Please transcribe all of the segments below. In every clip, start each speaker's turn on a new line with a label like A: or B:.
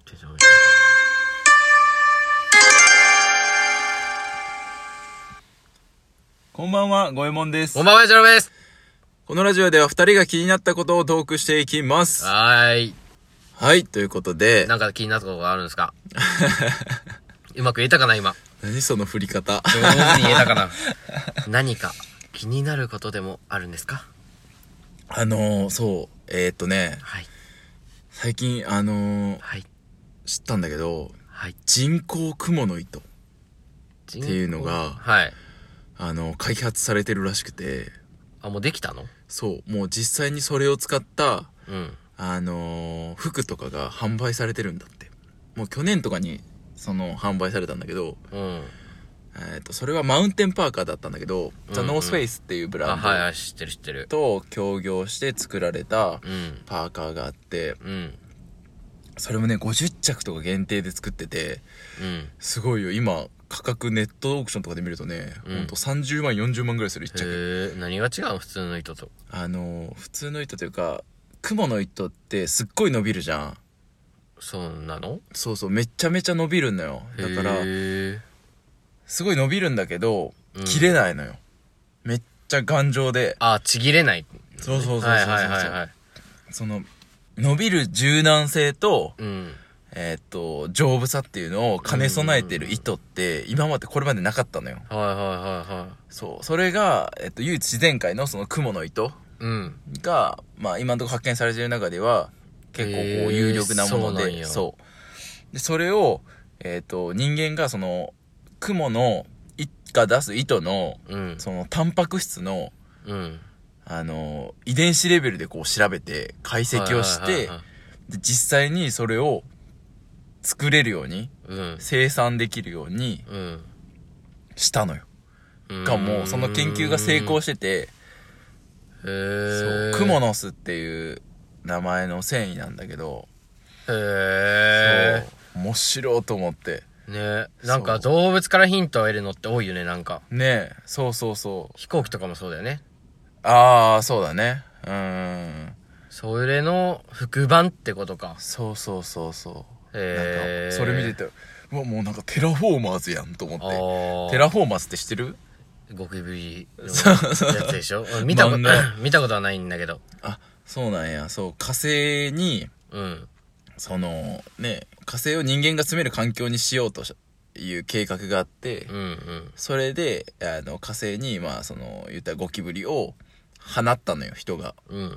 A: こんばんは、ごえもんです。
B: こんばんは、ジェロです。
A: このラジオでは二人が気になったことをトークしていきます。はい、ということで。
B: なんか気になったことがあるんですか？うまく言えたかな、今。
A: 何その振り方。
B: 上手に言えたかな。何か気になることでもあるんですか？
A: そう。はい。最近、はい。知ったんだけど、はい。人工クモの糸っていうのが、はい。開発されてるらしくて。
B: あ、もうできたの？
A: そう。もう実際にそれを使った、うん。服とかが販売されてるんだって。もう去年とかに、販売されたんだけど、うん。それはマウンテンパーカーだったんだけど、ザ・ノースフェイスっていうブランド、
B: はいはい、知ってる知ってる。
A: と協業して作られたパーカーがあって、うん。それもね、50着とか限定で作ってて、うん。すごいよ。今、価格ネットオークションとかで見るとね、うん、ほんと30万、40万ぐらいする1着。
B: 何が違うの？普通の糸と。
A: 普通の糸というか、クモの糸ってすっごい伸びるじゃん。
B: そうなの？
A: そうそう、めちゃめちゃ伸びるのよ。だから、すごい伸びるんだけど、切れないのよ。めっちゃ頑丈で。
B: あ、ちぎれない。
A: そうそうそうそうそう。はいはいはいはい。伸びる柔軟性と、うん、丈夫さっていうのを兼ね備えてる糸って、これまでなかったのよ。はいはいはいはい。そう。それが、唯一自然界のそのクモの糸が、まあ今のところ発見されてる中では、結構こう有力なもので、そう。で、それを、人間がクモのが出す糸の、タンパク質の、遺伝子レベルでこう調べて解析をして、で実際にそれを作れるように、生産できるようにしたのよ。もうその研究が成功してて、そう、クモの巣っていう名前の繊維なんだけど、そう、面白いと思って。
B: ね、なんか動物からヒントを得るのって多いよね、なんか。
A: ね、そうそうそう。
B: 飛行機とかもそうだよね。
A: ああ、そうだね。
B: それの副版ってことか。
A: そうそうそうそう。なんか、それ見てて、もうなんかテラフォーマーズやんと思って。テラフォーマーズって知ってる？
B: ゴキブリのやつでしょ？見たことはないんだけど。
A: あ、そうなんや。そう、火星に、うん。火星を人間が住める環境にしようという計画があって、うんうん、それで、火星に、まあ、言ったゴキブリを放ったのよ、人が。うんうん。うん。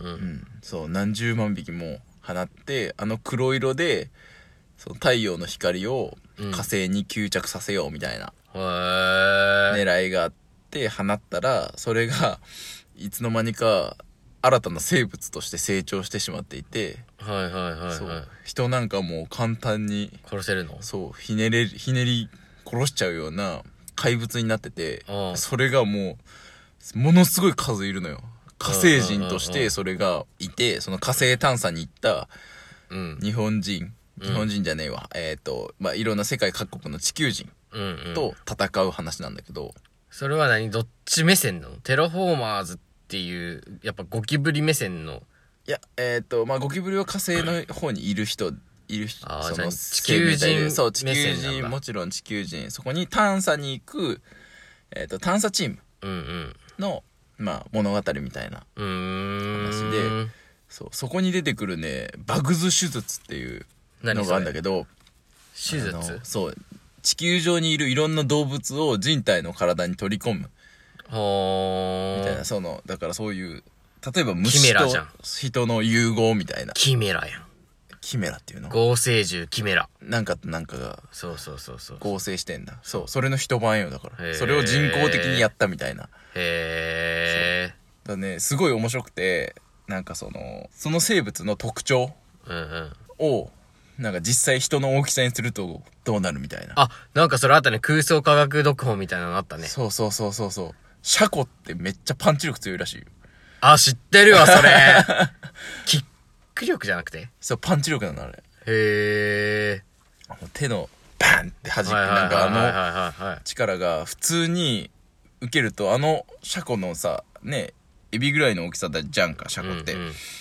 A: そう、何十万匹も放って、黒色で、太陽の光を火星に吸着させようみたいな、狙いがあって放ったら、それが、いつの間にか、新たな生物として成長してしまっていて、はいはいはい、はい。そう。人なんかもう簡単に、
B: 殺せるの？
A: そう、ひねり殺しちゃうような怪物になってて、それがもう、ものすごい数いるのよ。火星人としてそれがいて、その火星探査に行った、日本人じゃねえわ。まあ、いろんな世界各国の地球人と戦う話なんだけど。
B: それはどっち目線なの？テラフォーマーズっていう、やっぱゴキブリ目線の。
A: いや、まあ、ゴキブリは火星の方にいる人、
B: 地球人。
A: そう、地球人、もちろん地球人。そこに探査に行く、探査チームの、まあ、物語みたいな話で、そこに出てくるね、バグズ手術っていうのがあるんだけど、
B: 手術？
A: そう、地球上にいるいろんな動物を人体の体に取り込む。みたいな、だからそういう、例えば虫と人の融合みたいな。
B: キメラやん。
A: キメラっていうの？
B: 合成獣キメラ。
A: なんかが。
B: そう。
A: 合成してんだ。そう。それの一晩よ、だから。それを人工的にやったみたいな。だね、すごい面白くて、なんかその生物の特徴を、なんか実際人の大きさにするとどうなるみたいな。
B: あ、なんかそれあったね。空想科学読本みたいなのあったね。
A: そう。シャコってめっちゃパンチ力強いらしいよ。
B: あ、知ってるわ、それ。キック力じゃなくて？
A: そう、パンチ力なの、あれ。
B: へ
A: ー。手のバンって弾く、なんか力が普通に受けると、シャコのさ、ね、エビぐらいの大きさだじゃんか、シャコって。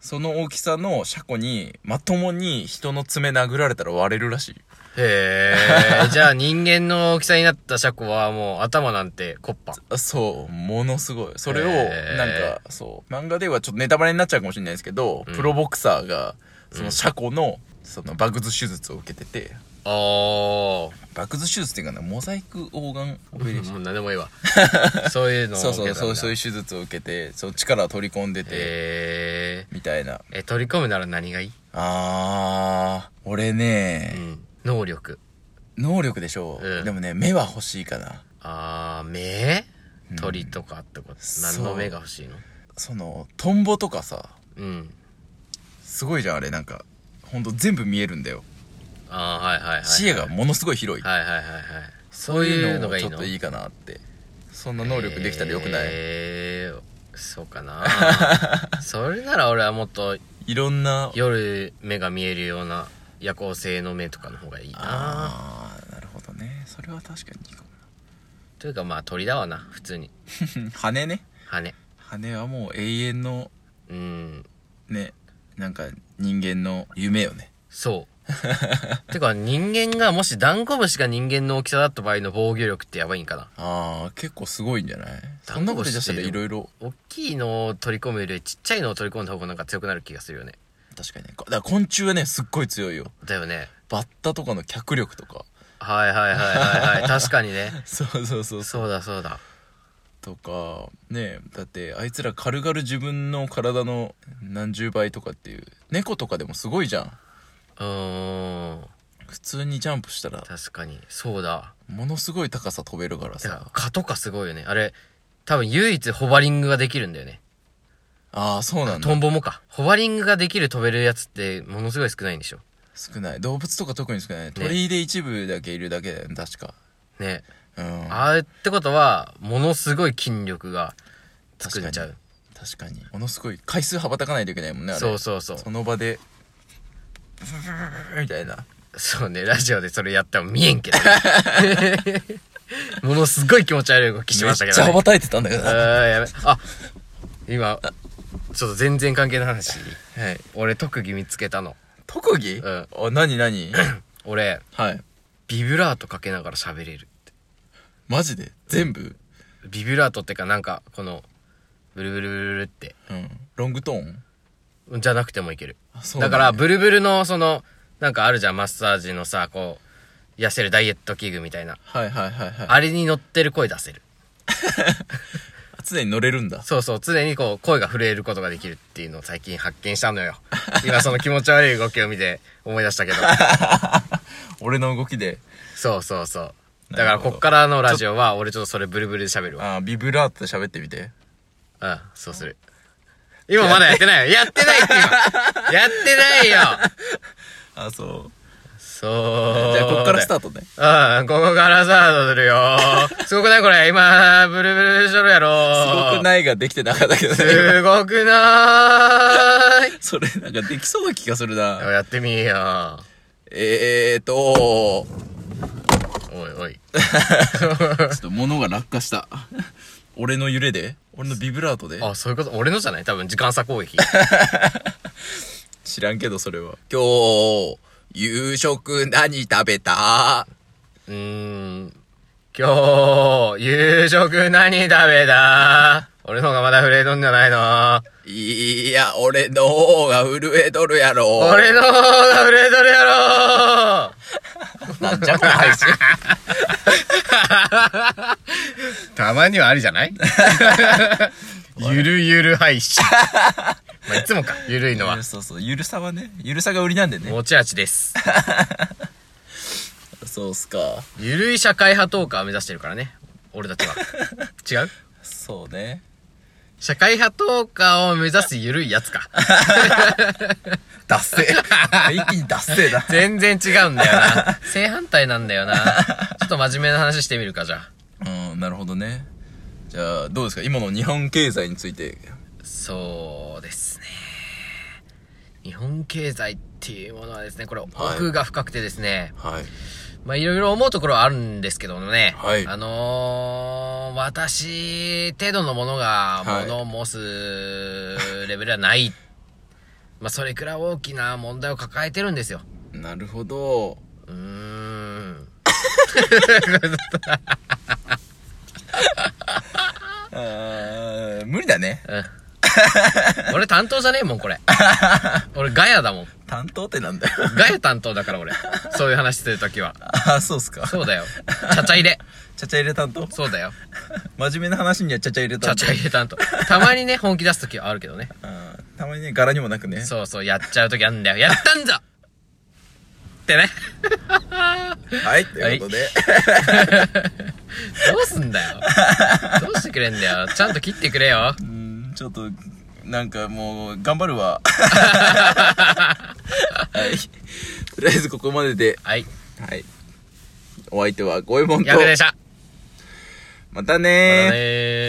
A: その大きさの車庫にまともに人の爪殴られたら割れるらしい。
B: へえ。じゃあ人間の大きさになった車庫はもう頭なんてコッパ。
A: そう、ものすごい。それを、なんか、そう、漫画ではちょっとネタバレになっちゃうかもしれないですけど、プロボクサーが、その車庫の、そのバグズ手術を受けてて、バグズ手術っていうかな、モザイクオーガンオペレーション。
B: もう何でもいいわ。そういうのを
A: そういう手術を受けて、その力を取り込んでて、みたいな。
B: 取り込むなら何がいい？
A: 俺ね、
B: 能力
A: でしょ、でもね、目は欲しいかな。
B: 目？鳥とかってこと？何の目が欲しいの？
A: その、トンボとかさ、すごいじゃん、あれ、なんか、ほんと全部見えるんだよ。視野がものすごい広い。そういうのがちょっといいかなって。そんな能力できたらよくない？
B: そうかな。それなら俺はもっと、
A: いろんな、
B: 夜目が見えるような夜行性の目とかの方がいいな。
A: なるほどね。それは確かにいいかもな。
B: というかまあ鳥だわな、普通に。
A: 羽ね。
B: 羽
A: はもう永遠の、ね、なんか人間の夢よね。
B: そう。てか人間がもしダンゴムシが人間の大きさだった場合の防御力ってやばいんかな。
A: 結構すごいんじゃない？そんなこと言い出したらいろいろ。
B: 大きいのを取り込むよりちっちゃいのを取り込んだ方がなんか強くなる気がするよね。
A: 確かにね。だから昆虫はね、すっごい強いよ。
B: だよね。
A: バッタとかの脚力とか。
B: 確かにね。
A: そう
B: だ。
A: とか、ね、だってあいつら軽々自分の体の何十倍とかっていう。猫とかでもすごいじゃん。普通にジャンプしたら。
B: 確かに。そうだ。
A: ものすごい高さ飛べるからさ。
B: 蚊とかすごいよね。あれ、多分唯一ホバリングができるんだよね。
A: そうなんだ。
B: トンボもか。ホバリングができる飛べるやつってものすごい少ないんでしょ？
A: 少ない。動物とか特に少ない。鳥で一部だけいるだけだよね、確か。
B: ね。ってことは、ものすごい筋力が作れちゃう。
A: 確かに。ものすごい回数羽ばたかないといけないもんね、あれ。
B: そう。
A: その場で、みたいな。
B: そうね、ラジオでそれやっても見えんけど。ものすごい気持ち悪い動きしましたけどね。
A: めっちゃ羽ばたいてたんだけど。
B: 今、ちょっと全然関係ない話。俺特技見つけたの。
A: 特技？何
B: 俺、ビブラートかけながら喋れるって。
A: マジで？全部？
B: ビブラートってかなんか、この、ブルブルブルルって。
A: ロングトー
B: ン？じゃなくてもいける。だから、ブルブルのその、なんかあるじゃん、マッサージのさ、こう、痩せるダイエット器具みたいな。あれに乗ってる声出せる。
A: 常に乗れるんだ。
B: そう、常にこう、声が震えることができるっていうのを最近発見したのよ。今その気持ち悪い動きを見て思い出したけど。
A: 俺の動きで。
B: そう。だからこっからのラジオは、俺ちょっとそれブルブルで喋るわ。
A: ビブラートで喋ってみて。
B: そうする。今まだやってないよ。やってないって今。やってないよ。
A: そう。
B: じゃ
A: あこっからスタートね。
B: ここからスタートするよ。すごくないこれ今、ブルブルしとるやろ。
A: すごくないができてなかったけどね。
B: すごくない
A: それなんかできそうな気がするな。
B: やってみーよ。おい。
A: ちょっと物が落下した。俺の揺れで？俺のビブラートで？
B: そういうこと？俺のじゃない？多分時間差攻撃。
A: 知らんけどそれは。今日、夕食何食べた？
B: 今日、夕食何食べた？俺の方がまだ震えとんじゃないの？
A: いや、俺の方が震えとるやろ。
B: 俺の方が震えとるやろ。
A: なんじゃこの配信。
B: たまにはありじゃない？ゆるゆる配信。いつもか、ゆるいのは。
A: そう、ゆるさはね、ゆるさが売りなんでね。
B: 持ち味です。
A: そうっすか。
B: ゆるい社会派トーカーを目指してるからね、俺たちは。違う？
A: そうね。
B: 社会派トーカーを目指すゆるいやつか。
A: ダッセー。一気にダッセーだ。
B: 全然違うんだよな。正反対なんだよな。ちょっと真面目な話してみるか、じゃ
A: あ。なるほどね。じゃあ、どうですか？今の日本経済について。
B: そうですね。日本経済っていうものはですね、これ奥が深くてですね。いろいろ思うところはあるんですけどもね。私程度のものが物を申すレベルはないまあ、それくらい大きな問題を抱えてるんですよ。
A: なるほど。無理だね。
B: うん。俺担当じゃねえもん、これ。俺ガヤだもん。
A: 担当ってなんだよ。
B: ガヤ担当だから俺。そういう話してるときは。
A: ああ、そうっすか。
B: そうだよ。ちゃちゃ入れ。
A: ちゃちゃ入れ担当？
B: そうだよ。
A: 真面目な話にはちゃちゃ入れ担当。
B: ちゃちゃ入れ担当。たまにね、本気出すときはあるけどね。
A: たまにね、柄にもなくね。
B: そうそう、やっちゃうときあるんだよ。やったんだってね。
A: はい、ということで。
B: どうすんだよ。どうしてくれんだよ。ちゃんと切ってくれよ。
A: ちょっと、なんかもう、頑張るわ。はい。とりあえずここまでで。
B: はい。
A: はい。お相手はゴエモンと。
B: ヤクでした。
A: またねー。
B: またねー。